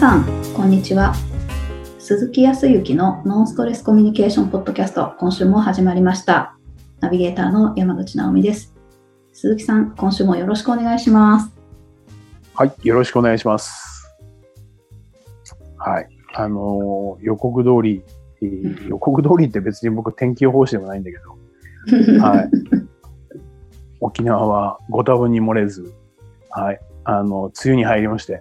さん、こんにちは。鈴木康之のノンストレスコミュニケーションポッドキャスト、今週も始まりました。ナビゲーターの山口直美です。鈴木さん、今週もよろしくお願いします。 はい、よろしくお願いします。はい、予告通りって別に僕天気予報士でもないんだけど、はい、沖縄はご多分に漏れず、はい、梅雨に入りまして。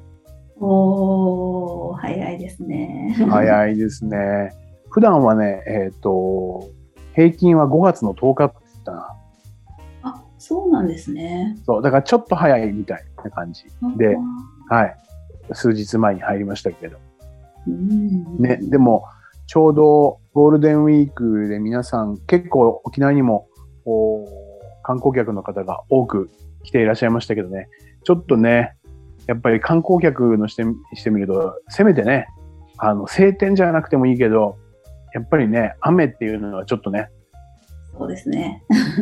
早いですね。 早いですね。普段はね、平均は5月の10日って言ったな。 あ、そうなんですね。 そう、だからちょっと早いみたいな感じで、はい、数日前に入りましたけど。ね、でも、ちょうどゴールデンウィークで皆さん結構沖縄にも観光客の方が多く来ていらっしゃいましたけどね、ちょっとね、やっぱり観光客のしてみると、せめてね、晴天じゃなくてもいいけど、やっぱりね、雨っていうのはちょっとね。 そうですね。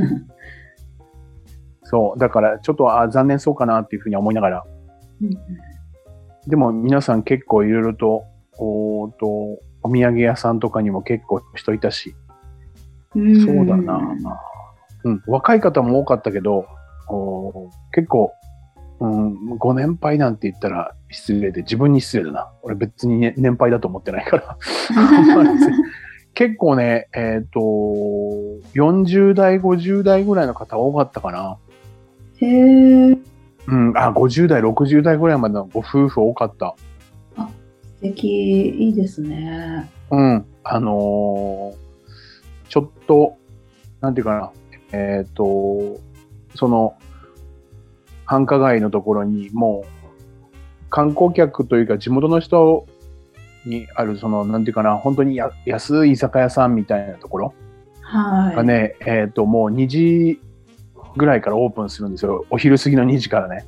そう、だからちょっと残念そうかなっていうふうに思いながら。でも皆さん結構いろいろと、お土産屋さんとかにも結構人いたし。そうだな。若い方も多かったけど、結構、ご年配なんて言ったら失礼で、自分に失礼だな。俺別に、ね、年配だと思ってないから。結構ね、40代、50代ぐらいの方多かったかな。 へー。 50代、60代ぐらいまでのご夫婦多かった。 あ、素敵、いいですね。 ちょっと、なんていうかな、その、繁華街のところにもう観光客というか地元の人にあるなんていうかな、本当に安い居酒屋さんみたいなところがね、もう2時ぐらいからオープンするんですよ。お昼過ぎの2時からね。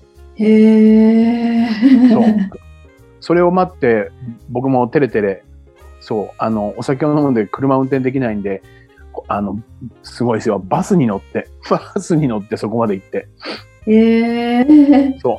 へー。 そう。それを待って僕もテレテレ、そう、お酒を飲むんで車運転できないんで、すごいですよ。バスに乗ってそこまで行って。そう。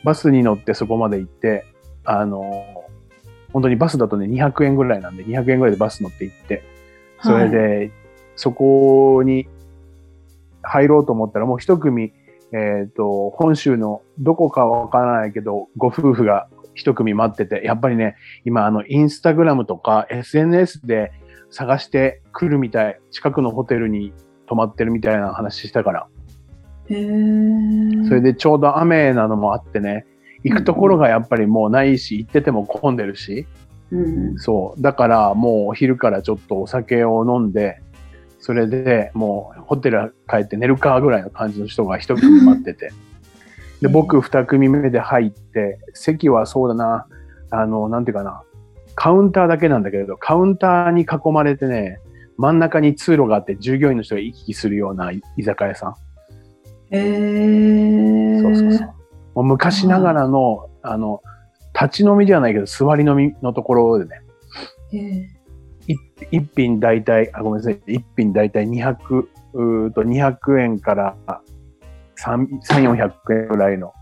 バスに乗ってそこまで行って、本当にバスだとね、200円ぐらいなんで、200円ぐらいでバス乗って行って、それで、そこに入ろうと思ったら、もう一組、本州のどこかわからないけど、ご夫婦が一組待ってて、やっぱりね、今インスタグラムとか SNS で探してくるみたい、近くのホテルに泊まってるみたいな話したから。それでちょうど雨なのもあってね、行くところがやっぱりもうないし、行ってても混んでるし、そう。だからもうお昼からちょっとお酒を飲んで、それでもうホテル帰って寝るかぐらいの感じの人が一組待ってて。で、僕二組目で入って、席はそうだな、なんていうかな、カウンターだけなんだけど、カウンターに囲まれてね、真ん中に通路があって従業員の人が行き来するような居酒屋さん。そうそうそう。もう昔ながらの、立ち飲みではないけど、座り飲みのところでね。一品大体、ごめんなさい。一品大体200円から300、400円ぐらいの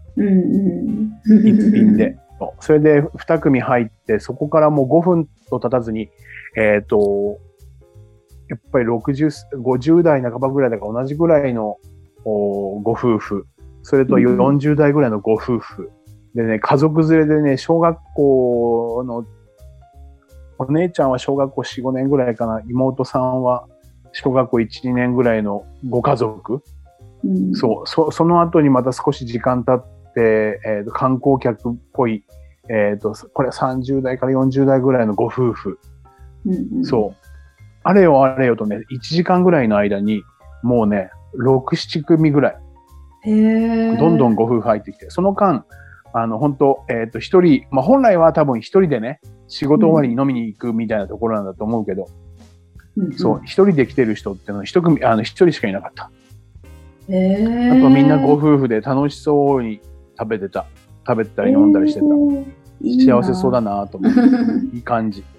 一品で。それで2組入って、そこからもう5分と経たずに、やっぱり50代半ばぐらいだから同じぐらいのご夫婦、それと40代ぐらいのご夫婦、でね、家族連れでね、小学校の、お姉ちゃんは小学校4、5年ぐらいかな、妹さんは小学校1、2年ぐらいのご家族、その後にまた少し時間経って、観光客っぽい、これ30代から40代ぐらいのご夫婦、そう、あれよあれよとね、1時間ぐらいの間に、もうね、6、7組ぐらい。どんどんご夫婦入ってきて、その間、本当一人、本来は多分一人でね、仕事終わりに飲みに行くみたいなところなんだと思うけど、そう、一人で来てる人っていうのは一人しかいなかった。あとみんなご夫婦で楽しそうに食べてたり飲んだりしてた。幸せそうだなと思って、いい感じ。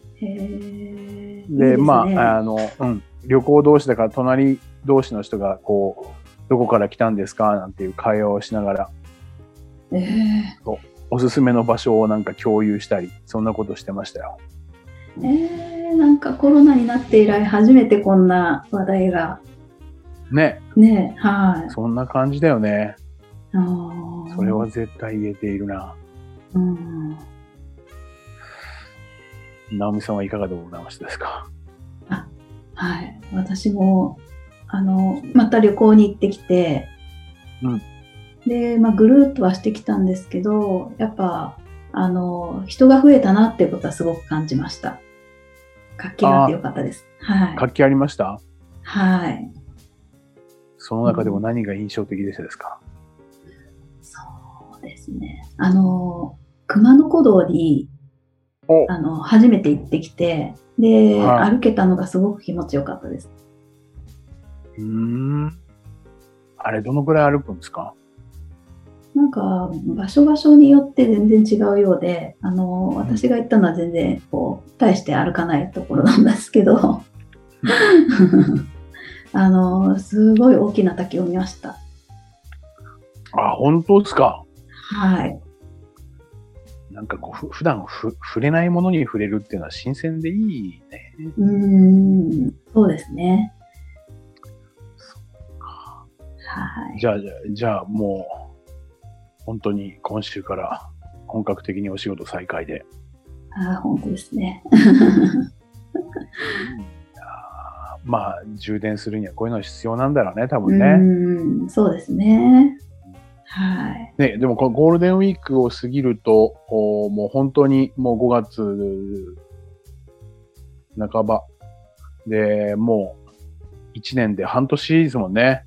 で、旅行同士だから隣同士の人がどこから来たんですかなんていう会話をしながら、 おすすめの場所をなんか共有したり、そんなことしてましたよ。 なんかコロナになって以来初めてこんな話題が。 ね。 ね、はい。 そんな感じだよね。 あそれは絶対言えているな。 うん。 直美さんはいかがでございましたですか？ はい。私も、また旅行に行ってきて、 うん。 で、ぐるっとはしてきたんですけど、やっぱ、人が増えたなっていうことはすごく感じました。活気があってよかったです。はい。 活気ありました？ はい。 その中でも何が印象的でしたですか？ そうですね。熊野古道に、初めて行ってきて、で、歩けたのがすごく気持ちよかったです。 あれ、どのくらい歩くんですか？ なんか、場所場所によって全然違うようで、私が行ったのは全然、大して歩かないところなんですけど、すごい大きな滝を見ました。 本当ですか？ はい。 なんか普段触れないものに触れるっていうのは新鮮でいいね。 そうですね。 そうか。 はい。 じゃあもう、本当に今週から本格的にお仕事再開で。 本当ですね。 充電するにはこういうの必要なんだろうね、多分ね。 そうですね。はい。 ね、でもこのゴールデンウィークを過ぎると、もう本当にもう5月半ばで、もう1年で半年ですもんね。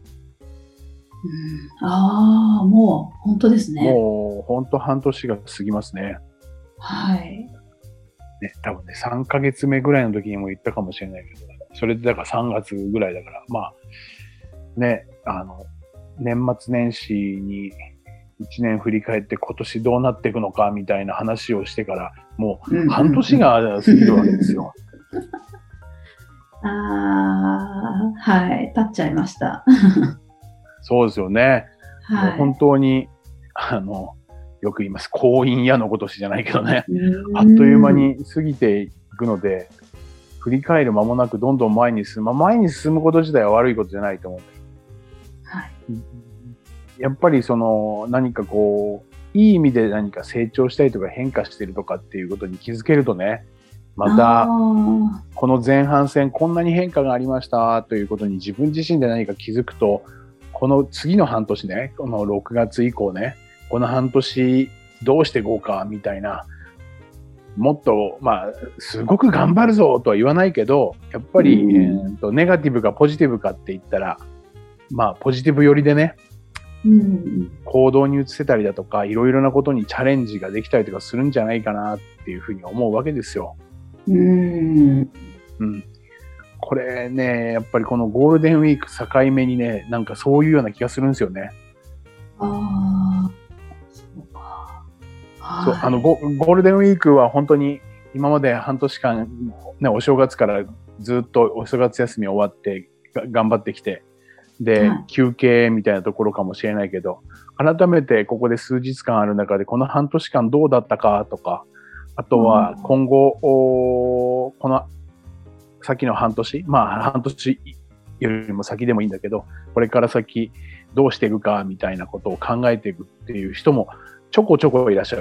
もう本当ですね。 もう本当半年が過ぎますね。 はい。 ね、多分ね、3ヶ月目ぐらいの時にも言ったかもしれないけど、それでだから3月ぐらいだから、ね、年末年始に1年振り返って今年どうなっていくのかみたいな話をしてから、もう半年が過ぎるわけですよ。 はい、経っちゃいました。 そうですよね。 はい、 もう本当に、よく言います。婚姻やのごとしじゃないけどね。あっという間に過ぎていくので、振り返る間もなくどんどん前に進むこと自体は悪いことじゃないと思うんだけど。 はい。 やっぱり何かいい意味で何か成長したりとか変化してるとかっていうことに気づけるとね、また、この前半戦こんなに変化がありましたということに自分自身で何か気づくと、この次の半年ね、この6月以降ね、この半年どうしていこうかみたいな、もっと、すごく頑張るぞとは言わないけど、やっぱり、ネガティブかポジティブかって言ったら、ポジティブ寄りでね、行動に移せたりだとか、いろいろなことにチャレンジができたりとかするんじゃないかなっていうふうに思うわけですよ。これね、やっぱりこのゴールデンウィーク境目にね、なんかそういうような気がするんですよね。 そうか。 そう、ゴールデンウィークは本当に今まで半年間、ね、お正月からずっとお正月休み終わって頑張ってきて、で、休憩みたいなところかもしれないけど、改めてここで数日間ある中でこの半年間どうだったかとか、あとは今後、この先の半年、半年よりも先でもいいんだけど、これから先どうしていくかみたいなことを考えていくっていう人もちょこちょこいらっしゃる。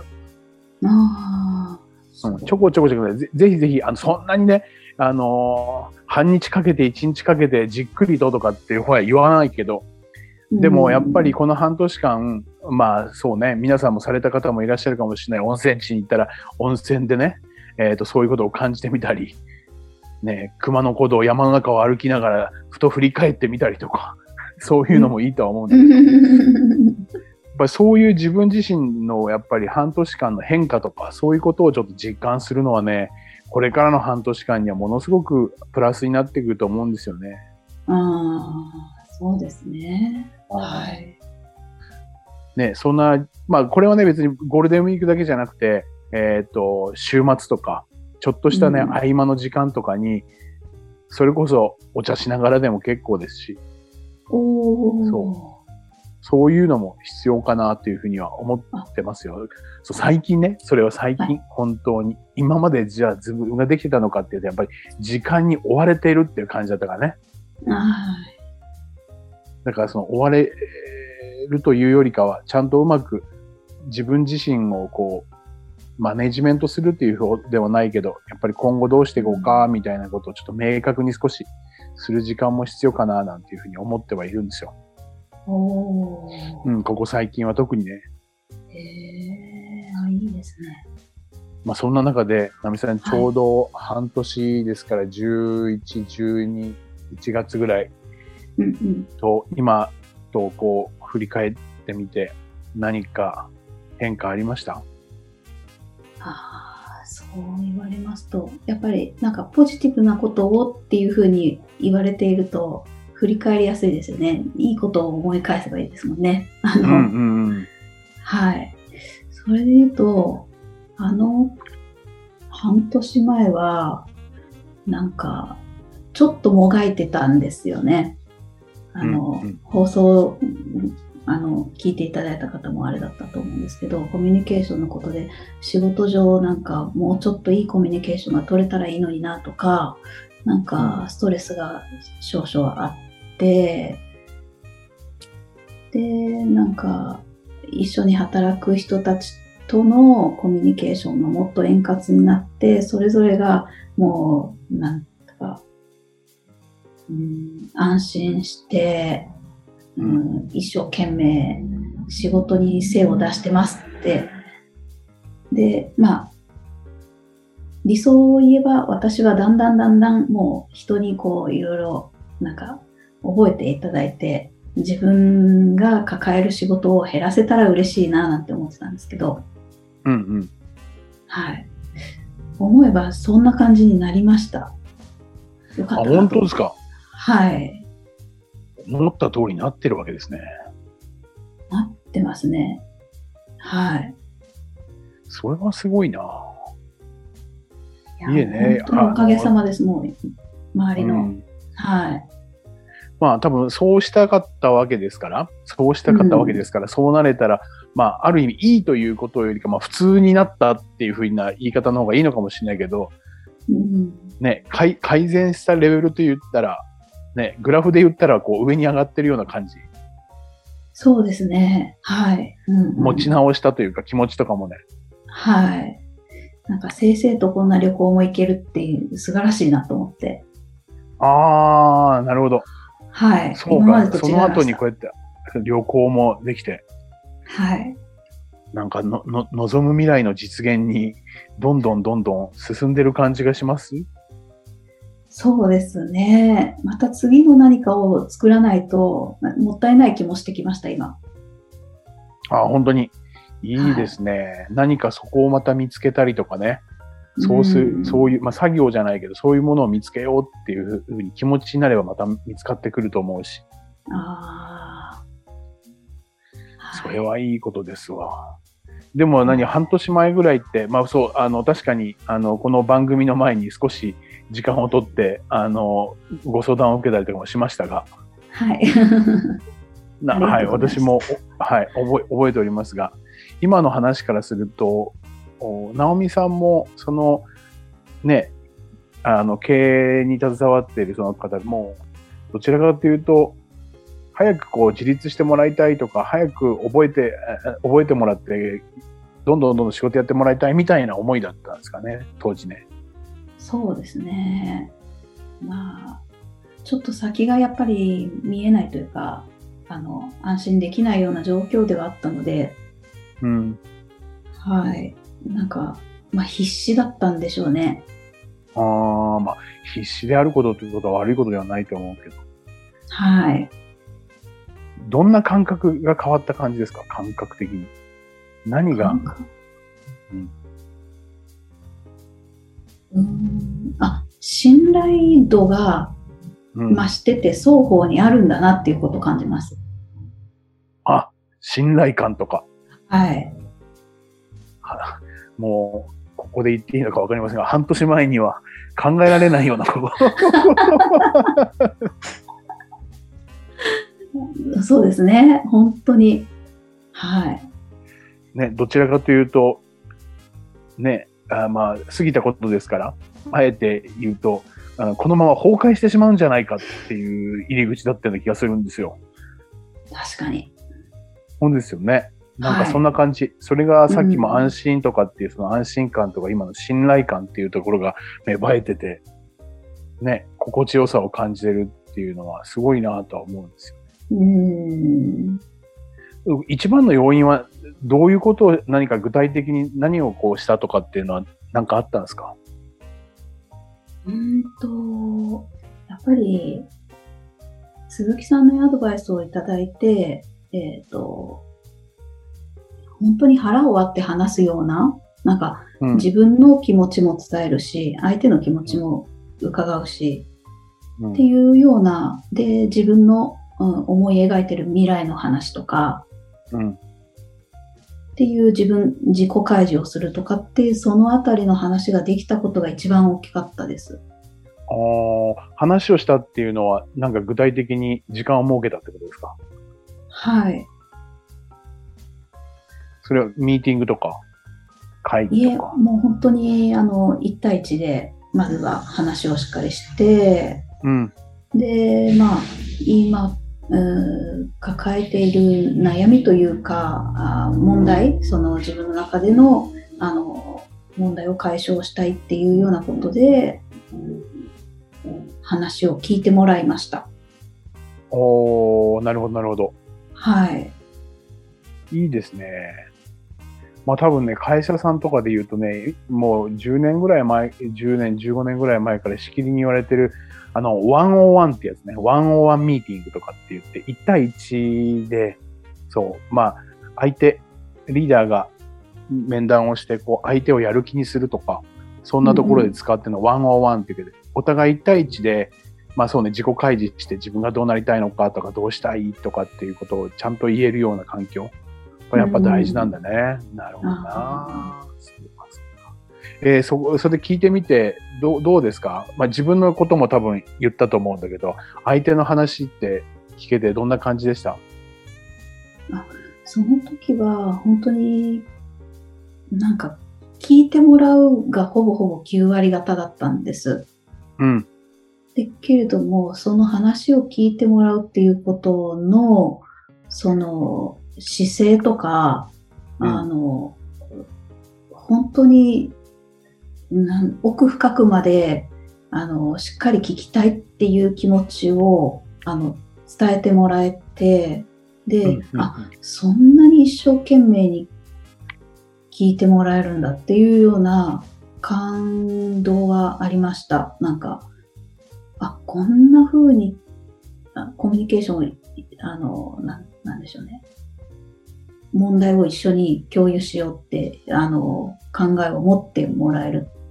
ちょこちょこぜひぜひ、そんなにね、半日かけて1日かけてじっくりととかっていう方は言わないけど、でもやっぱりこの半年間、そうね、皆さんもされた方もいらっしゃるかもしれない。温泉地に行ったら温泉でね、そういうことを感じてみたり、ね、熊野古道、山の中を歩きながらふと振り返ってみたりとか、そういうのもいいとは思うんだけど、やっぱりそういう自分自身のやっぱり半年間の変化とか、そういうことをちょっと実感するのはね、これからの半年間にはものすごくプラスになってくると思うんですよね。 そうですね。はい。 ね、そんな、これはね、別にゴールデンウィークだけじゃなくて、週末とか、ちょっとしたね、合間の時間とかに、それこそお茶しながらでも結構ですし、 そういうのも必要かなっていうふうには思ってますよ。そう、最近ね、それは最近、 はい、 本当に。今までじゃあ自分ができてたのかっていうと、やっぱり時間に追われているっていう感じだったからね。 はい。 だからその追われるというよりかは、ちゃんとうまく自分自身をこう、マネジメントするっていう方ではないけど、やっぱり今後どうしていこうか、みたいなことをちょっと明確に少しする時間も必要かな、なんていうふうに思ってはいるんですよ。 おー。 ここ最近は特にね。 いいですね。 まあそんな中で、ナミさんちょうはど半年ですから、11、12、1月ぐらいい。うんうん。 と、今とこう振り返ってみて、何か変化ありました？ そう言われますと、やっぱりなんかポジティブなことをっていうふうに言われていると、振り返りやすいですよね。いいことを思い返せばいいですもんね。はい。それで言うと、半年前は、なんか、ちょっともがいてたんですよね。放送、聞いていただいた方もあれだったと思うんですけど、コミュニケーションのことで仕事上なんかもうちょっといいコミュニケーションが取れたらいいのになとか、なんかストレスが少々あって、で、なんか一緒に働く人たちとのコミュニケーションがもっと円滑になって、それぞれがもう、なんとか、安心して、一生懸命仕事に精を出してますって。で、まあ、理想を言えば私はだんだんもう人にこういろいろなんか覚えていただいて、自分が抱える仕事を減らせたら嬉しいななんて思ってたんですけど、はい。思えばそんな感じになりました。よかったなと。 本当ですか？ はい。 思った通りになってるわけですね。 なってますね。はい。 それはすごいな。 いいね。本当におかげさまです。もう周りの、はい。 まあ多分そうしたかったわけですから、そうなれたら、まあある意味いいということよりか、まあ普通になったっていうふうな言い方の方がいいのかもしれないけど、ね、改善したレベルと言ったら、ね、グラフで言ったらこう上に上がってるような感じ。 そうですね。はい。 持ち直したというか気持ちとかもね。 はい。なんか正々とこんな旅行も行けるっていう素晴らしいなと思って。 ああ、なるほど。 はい。 そうか。その後にこうやって旅行もできて。 はい。 なんか望む未来の実現にどんどん進んでる感じがします？ そうですね。また次の何かを作らないともったいない気もしてきました、今。 本当に。いいですね。はい、何かそこをまた見つけたりとかね。そういう、まあ作業じゃないけど、そういうものを見つけようっていうふうに気持ちになればまた見つかってくると思うし。それはいいことですわ。でも半年前ぐらいって、まあそう、確かに、この番組の前に少し時間をとって、ご相談を受けたりとかもしましたが。 はい。 はい、私も、はい、覚えておりますが、今の話からすると、直美さんも、その、ね、経営に携わっているその方も、どちらかというと、早くこう自立してもらいたいとか、早く覚えてもらって、どんどん仕事やってもらいたいみたいな思いだったんですかね、当時ね。 そうですね。まあ、ちょっと先がやっぱり見えないというか、安心できないような状況ではあったので、はい。なんか、まあ必死だったんでしょうね。 まあ必死であることということは悪いことではないと思うけど。 はい。 どんな感覚が変わった感じですか？感覚的に。何が？ 信頼度が増してて双方にあるんだなっていうことを感じます。 信頼感とか。 はい。 もう、ここで言っていいのか分かりませんが、半年前には考えられないようなこと。 そうですね。本当に。はい。 ね、どちらかというと、ね、まあ、過ぎたことですから、あえて言うと、このまま崩壊してしまうんじゃないかっていう入り口だったような気がするんですよ。 確かに。 そうですよね。なんかそんはい。 な感じ。それがさっきもうん。 安心とかっていうその安心感とか今の信頼感っていうところが芽生えてて、ね、心地よさを感じてるっていうのはすごいなとは思うんですよ。一番の要因はどういうことを何か具体的に何をこうしたとかっていうのは何かあったんですか？ やっぱり、鈴木さんのアドバイスをいただいて、本当に腹を割って話すような、なんか自分の気持ちも伝えるし、相手の気持ちも伺うし、っていうような、で、自分の、思い描いてる未来の話とか、っていう自己開示をするとかっていう、そのあたりの話ができたことが一番大きかったです。 話をしたっていうのは、なんか具体的に時間を設けたってことですか？ はい。 それはミーティングとか会議とか？ もう本当に1対1でまずは話をしっかりして、で、まあ今抱えている悩みというか問題、その自分の中での問題を解消したいっていうようなことで話を聞いてもらいました。 なるほどなるほど。 はい。 いいですね。まあ多分ね、会社さんとかで言うとね、もう10年ぐらい前、10年、15年ぐらい前からしきりに言われてる、101ってやつね、101ミーティングとかって言って、1対1で、そう、まあ、リーダーが面談をして、こう、相手をやる気にするとか、そんなところで使ってるの101って言うけど、お互い1対1で、まあそうね、自己開示して自分がどうなりたいのかとか、どうしたいとかっていうことをちゃんと言えるような環境。やっぱ大事なんだね。なるほどな。それで聞いてみて、どうですか？まあ自分のことも多分言ったと思うんだけど、相手の話って聞けてどんな感じでした？ その時は本当になんか聞いてもらうがほぼほぼ9割方だったんです。でけれども、その話を聞いてもらうっていうことの、その姿勢とか、本当に奥深くまでしっかり聞きたいっていう気持ちを伝えてもらえて、で、そんなに一生懸命に聞いてもらえるんだっていうような感動はありました。なんか、こんな風にコミュニケーションをなんでしょうね。問題を一緒に共有しようって考えを持ってもらえるって、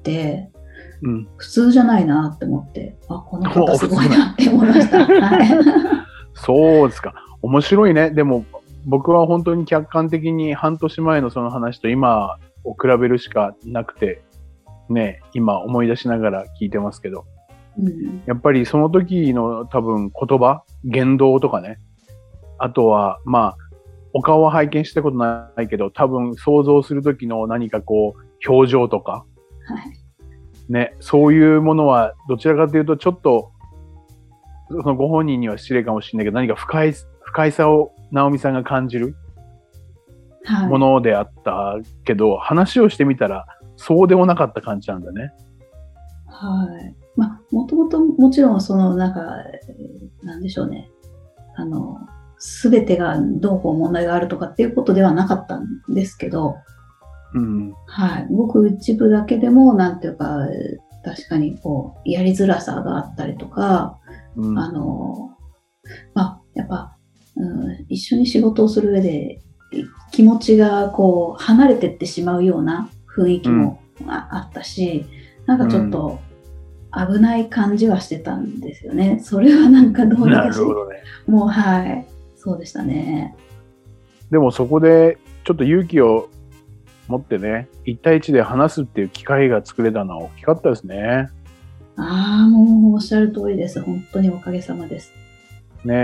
普通じゃないなって思って、この方すごいなって思いました。はい、 そうですか。面白いね。でも僕は本当に客観的に半年前のその話と今を比べるしかなくて、ね、今思い出しながら聞いてますけど、やっぱりその時の多分言葉、言動とかね、あとはまあお顔は拝見したことないけど、多分想像する時の何かこう表情とか、ね、そういうものはどちらかというとちょっとそのご本人には失礼かもしれないけど、何か不快さを直美さんが感じるものであったけど、話をしてみたらそうでもなかった感じなんだね。 はい。まあ、もともともちろんそのなんでしょうね。すべてがどうこう問題があるとかっていうことではなかったんですけど、はい。ごく一部だけでも、なんていうか、確かにこう、やりづらさがあったりとか、まあ、やっぱ、一緒に仕事をする上で、気持ちがこう、離れてってしまうような雰囲気もあったし、なんかちょっと危ない感じはしてたんですよね。それはなんかどうにかし、もうはい。そうでしたね。 でもそこでちょっと勇気を持ってね、1対1で話すっていう機会が作れたのは大きかったですね。 もうおっしゃる通りです。本当におかげさまです。 ね。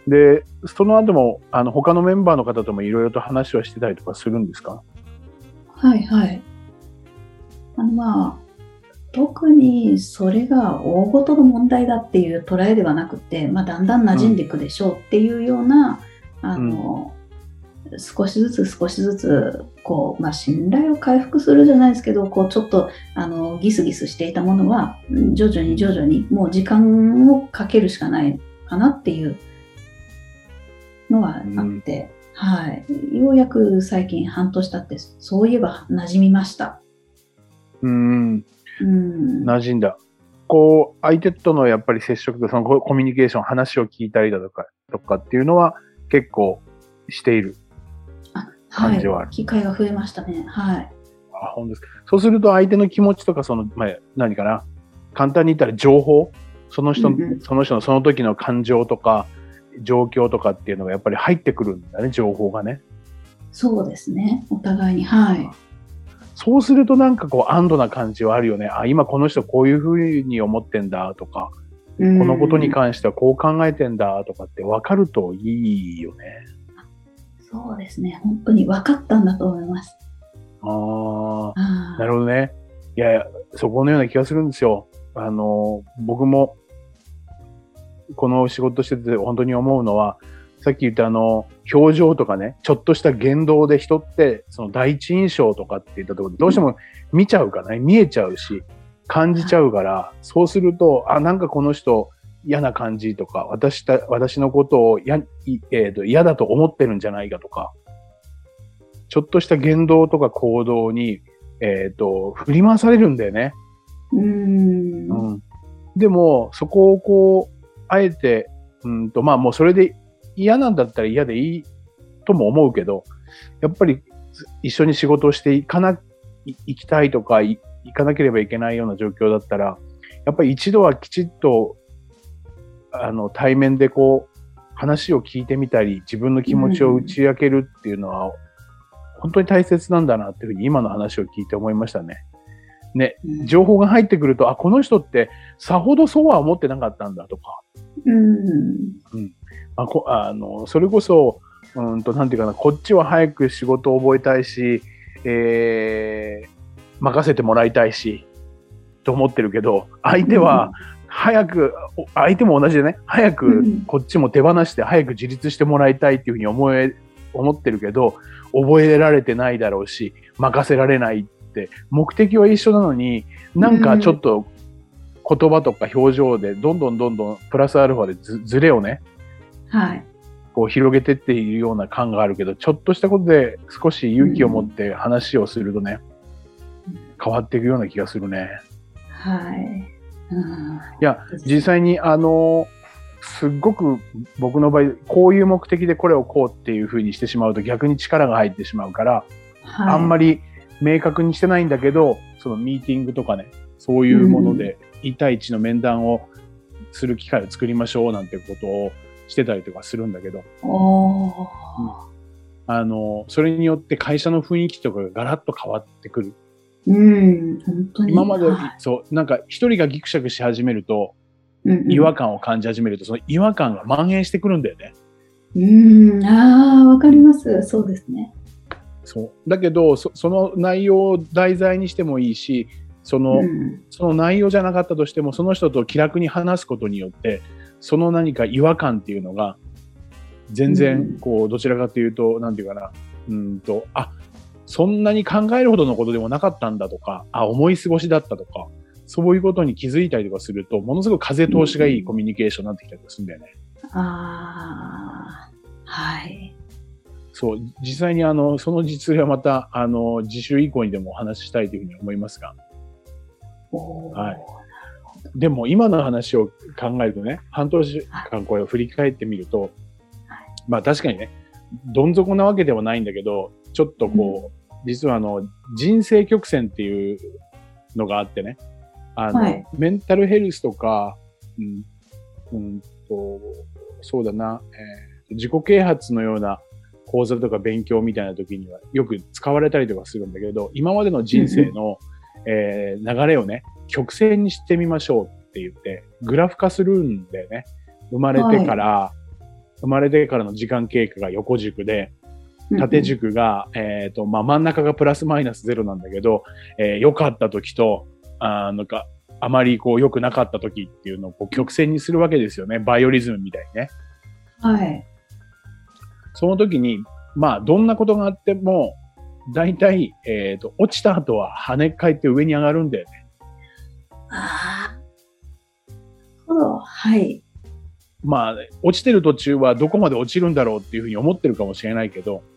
で、その後も、他のメンバーの方ともいろいろと話はしてたりとかするんですか？ はいはい。まあ、特にそれが大ごとの問題だっていう捉えではなくて、だんだん馴染んでいくでしょうっていうような、少しずつ信頼を回復するじゃないですけど、ちょっとギスギスしていたものは徐々にもう時間をかけるしかないかなっていうのはあって、はい、ようやく最近半年経ってそういえば馴染みました。 馴染んだ。相手とのやっぱり接触とそのコミュニケーション、話を聞いたりだとかっていうのは結構している感じはある。 はい、機会が増えましたね。はい。 本当ですか。そうすると相手の気持ちとか何かな、簡単に言ったら情報、その人のその時の感情とか状況とかっていうのがやっぱり入ってくるんだね、情報がね。 そうですね。お互いに。はい。 そうするとなんか安堵な感じはあるよね。今この人こういうふうに思ってんだとか、このことに関してはこう考えてんだとかって分かるといいよね。 そうですね。本当に分かったんだと思います。 なるほどね。いや、そこのような気がするんですよ。僕もこの仕事してて本当に思うのは、さっき言った表情とかね、ちょっとした言動で人ってその第一印象とかって言ったところでどうしても見ちゃうからね、見えちゃうし感じちゃうから、そうするとなんかこの人嫌な感じとか、私のことを嫌だと思ってるんじゃないかとか、ちょっとした言動とか行動に振り回されるんだよね。でもそこをあえてもうそれで嫌なんだったら嫌でいいとも思うけど、やっぱり一緒に仕事をして行きたいとか行かなければいけないような状況だったら、やっぱり一度はきちっと対面で話を聞いてみたり、自分の気持ちを打ち明けるっていうのは本当に大切なんだなっていうふうに今の話を聞いて思いましたね。ね、情報が入ってくると、この人ってさほどそうは思ってなかったんだとか、それこそなんていうかな、こっちは早く仕事を覚えたいし、任せてもらいたいしと思ってるけど、相手は相手も同じでね、早くこっちも手放して早く自立してもらいたいっていうふうに思ってるけど、覚えられてないだろうし、任せられないって目的は一緒なのに、なんかちょっと言葉とか表情でどんどんプラスアルファでズレをね、広げてっているような感があるけど、ちょっとしたことで少し勇気を持って話をするとね、変わっていくような気がするね。いや、実際にすっごく僕の場合、こういう目的でこれをこうっていう風にしてしまうと逆に力が入ってしまうから、あんまり明確にしてないんだけど、そのミーティングとかね、そういうもので1対1の面談をする機会を作りましょうなんてことをしてたりとかするんだけど、それによって会社の雰囲気とかがガラッと変わってくる。 本当に今まで、なんか一人がギクシャクし始めると、違和感を感じ始めると、その違和感が蔓延してくるんだよね。 わかります。そうですね。 だけど、その内容を題材にしてもいいし、その内容じゃなかったとしても、その人と気楽に話すことによって、その何か違和感っていうのが、全然、どちらかというと、なんていうかな、そんなに考えるほどのことでもなかったんだとか、思い過ごしだったとか、そういうことに気づいたりとかすると、ものすごく風通しがいいコミュニケーションになってきたりするんだよね。そう、実際にその実例はまた、次週以降にでもお話ししたいというふうに思いますが。でも今の話を考えるとね、半年間これを振り返ってみると、確かにね、どん底なわけではないんだけど、ちょっと実は人生曲線っていうのがあってね、メンタルヘルスとか、そうだな、自己啓発のような講座とか勉強みたいな時にはよく使われたりとかするんだけど、今までの人生の、流れをね、曲線にしてみましょうって言って、グラフ化するんだよね。生まれてから、 生まれてからの時間経過が横軸で、縦軸が、真ん中がプラスマイナスゼロなんだけど、良かった時と、なんか、あまりこう良くなかった時っていうのをこう曲線にするわけですよね。バイオリズムみたいにね。 はい。 その時に、どんなことがあっても、大体、落ちた後は跳ね返って上に上がるんだよね。 ああ。はい。 落ちてる途中はどこまで落ちるんだろうっていうふうに思ってるかもしれないけど、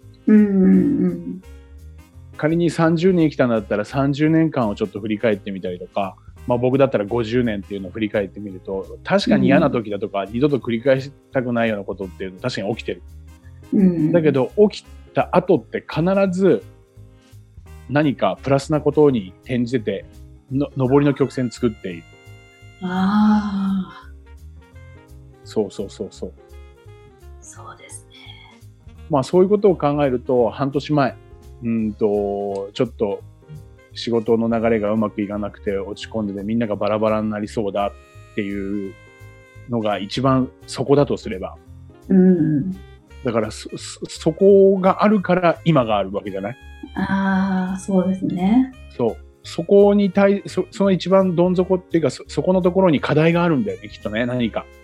仮に30年生きたんだったら30年間をちょっと振り返ってみたりとか、僕だったら50年っていうのを振り返ってみると、確かに嫌な時だとか、二度と繰り返したくないようなことっていうのは確かに起きてる。だけど、起きた後って必ず何かプラスなことに転じてて、上りの曲線作っている。そう。そうですね。 そういうことを考えると、半年前、ちょっと仕事の流れがうまくいかなくて落ち込んでてみんながバラバラになりそうだっていうのが一番そこだとすれば。だからそこがあるから今があるわけじゃない？ そうですね。 そう。そこにその一番どん底っていうか、そこのところに課題があるんだよね、きっとね、何か。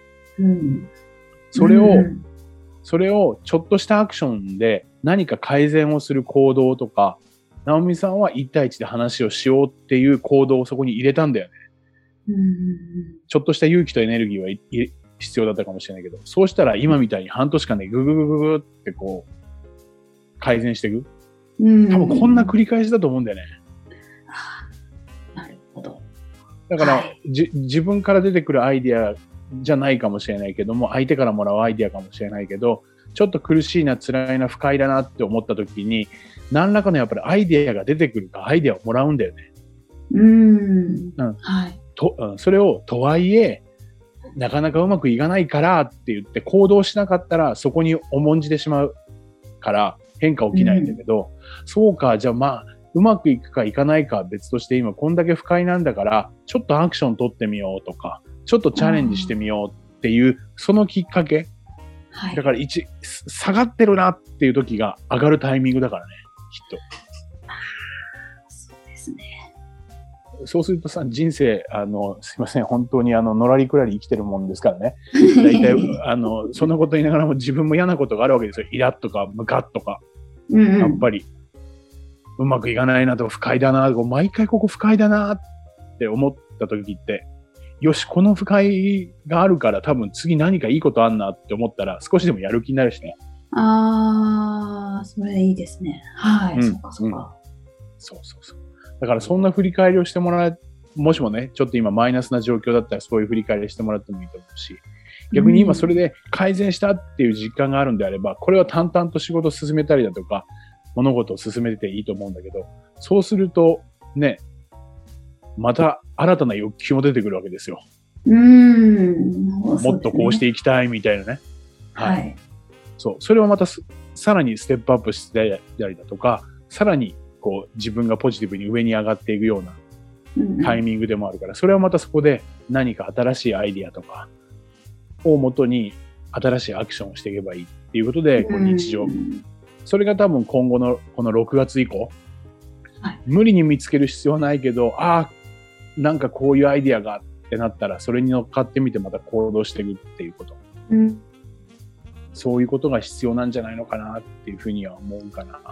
それをちょっとしたアクションで何か改善をする行動とか、直美さんは1対1で話をしようっていう行動をそこに入れたんだよね。ちょっとした勇気とエネルギーは必要だったかもしれないけど、そうしたら今みたいに半年間でグググググってこう、改善していく。多分こんな繰り返しだと思うんだよね。 なるほど。 だから、自分から出てくるアイディアじゃないかもしれないけども、相手からもらうアイディアかもしれないけど、ちょっと苦しいな、辛いな、不快だなって思った時に、何らかのやっぱりアイディアが出てくるか、アイディアをもらうんだよね。 はい。 それを、とはいえ、なかなかうまくいかないからって言って行動しなかったら、そこに重んじてしまうから変化起きないんだけど、そうか、じゃあうまくいくかいかないかは別として今こんだけ不快なんだから、ちょっとアクション取ってみようとか、ちょっとチャレンジしてみようっていう、そのきっかけ。だから下がってるなっていう時が上がるタイミングだからね、きっと。 そうですね。 そうするとさ、人生、すいません、本当にのらりくらり生きてるもんですからね。大体、そんなこと言いながらも自分も嫌なことがあるわけですよ。イラッとか、ムカッとか。やっぱり、うまくいかないなとか、不快だなとか、毎回ここ不快だなって思った時って、よし、この不快があるから多分次何かいいことあんなって思ったら少しでもやる気になるしね。 それいいですね。はい。そうか。 そう。だからそんな振り返りをしてももしもね、ちょっと今マイナスな状況だったらそういう振り返りしてもらってもいいと思うし、逆に今それで改善したっていう実感があるんであれば、これは淡々と仕事を進めたりだとか、物事を進めていいと思うんだけど、そうするとね、また新たな欲求も出てくるわけですよ。もっとこうしていきたいみたいなね。はい。そう。それをまたさらにステップアップしてたりだとか、さらにこう自分がポジティブに上に上がっていくようなタイミングでもあるから、それはまたそこで何か新しいアイディアとかをもとに新しいアクションをしていけばいいっていうことで、こう日常。それが多分今後のこの6月以降、無理に見つける必要はないけど、なんかこういうアイディアがってなったら、それに乗っかってみてまた行動していくっていうこと。そういうことが必要なんじゃないのかなっていうふうには思うかな。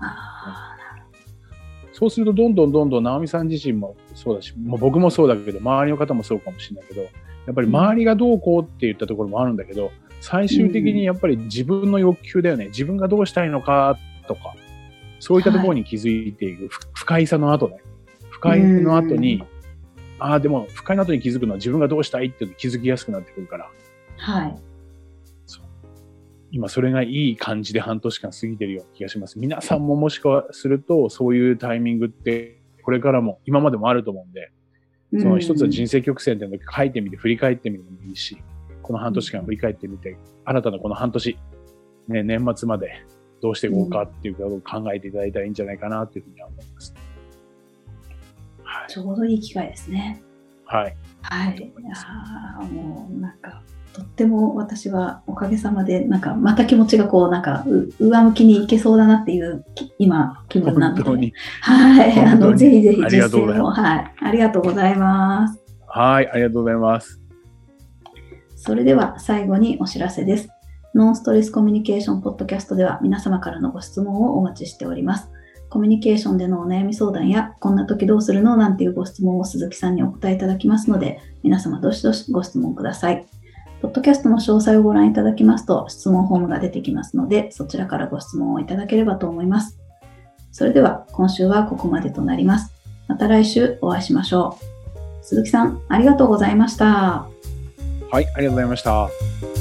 そうするとどんどん直美さん自身もそうだし、僕もそうだけど、周りの方もそうかもしれないけど、やっぱり周りがどうこうって言ったところもあるんだけど、最終的にやっぱり自分の欲求だよね。自分がどうしたいのかとか、そういったところに気づいていく。不快さの後ね。不快の後に、でも不快の後に気づくのは自分がどうしたいって気づきやすくなってくるから。そう。今それがいい感じで半年間過ぎてるような気がします。皆さんももしかするとそういうタイミングってこれからも今までもあると思うんで、その一つは人生曲線っていうのを書いてみて振り返ってみるのもいいし、この半年間振り返ってみて、新たなこの半年、ね、年末までどうしていこうかっていうことを考えていただいたらいいんじゃないかなというふうには思います。 ちょうどいい機会ですね。 はい。 はい。もうなんか、とっても私はおかげさまで、なんかまた気持ちがこう、なんか上向きにいけそうだなっていう今気分なので、 本当に。 はい。 本当にぜひぜひありがと実践を、 うございます。 はい。ありがとうございます。 はい、ありがとうございます。 それでは最後にお知らせです。ノンストレスコミュニケーションポッドキャストでは皆様からのご質問をお待ちしております。コミュニケーションでのお悩み相談や、こんな時どうするのなんていうご質問を鈴木さんにお答えいただきますので、皆様どしどしご質問ください。ポッドキャストの詳細をご覧いただきますと、質問フォームが出てきますので、そちらからご質問をいただければと思います。それでは今週はここまでとなります。また来週お会いしましょう。鈴木さん、ありがとうございました。 はい、ありがとうございました。